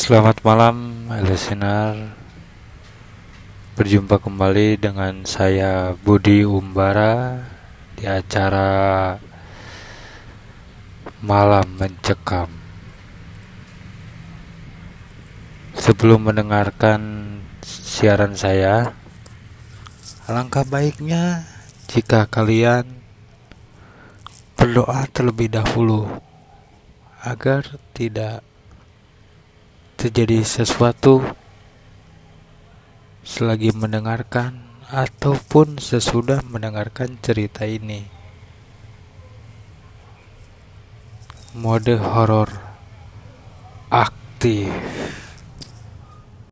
Selamat malam, listener. Berjumpa kembali dengan saya Budi Umbara di acara Malam Mencekam. Sebelum mendengarkan siaran saya, alangkah baiknya jika kalian berdoa terlebih dahulu agar tidak terjadi sesuatu selagi mendengarkan ataupun sesudah mendengarkan cerita ini. Mode horor aktif.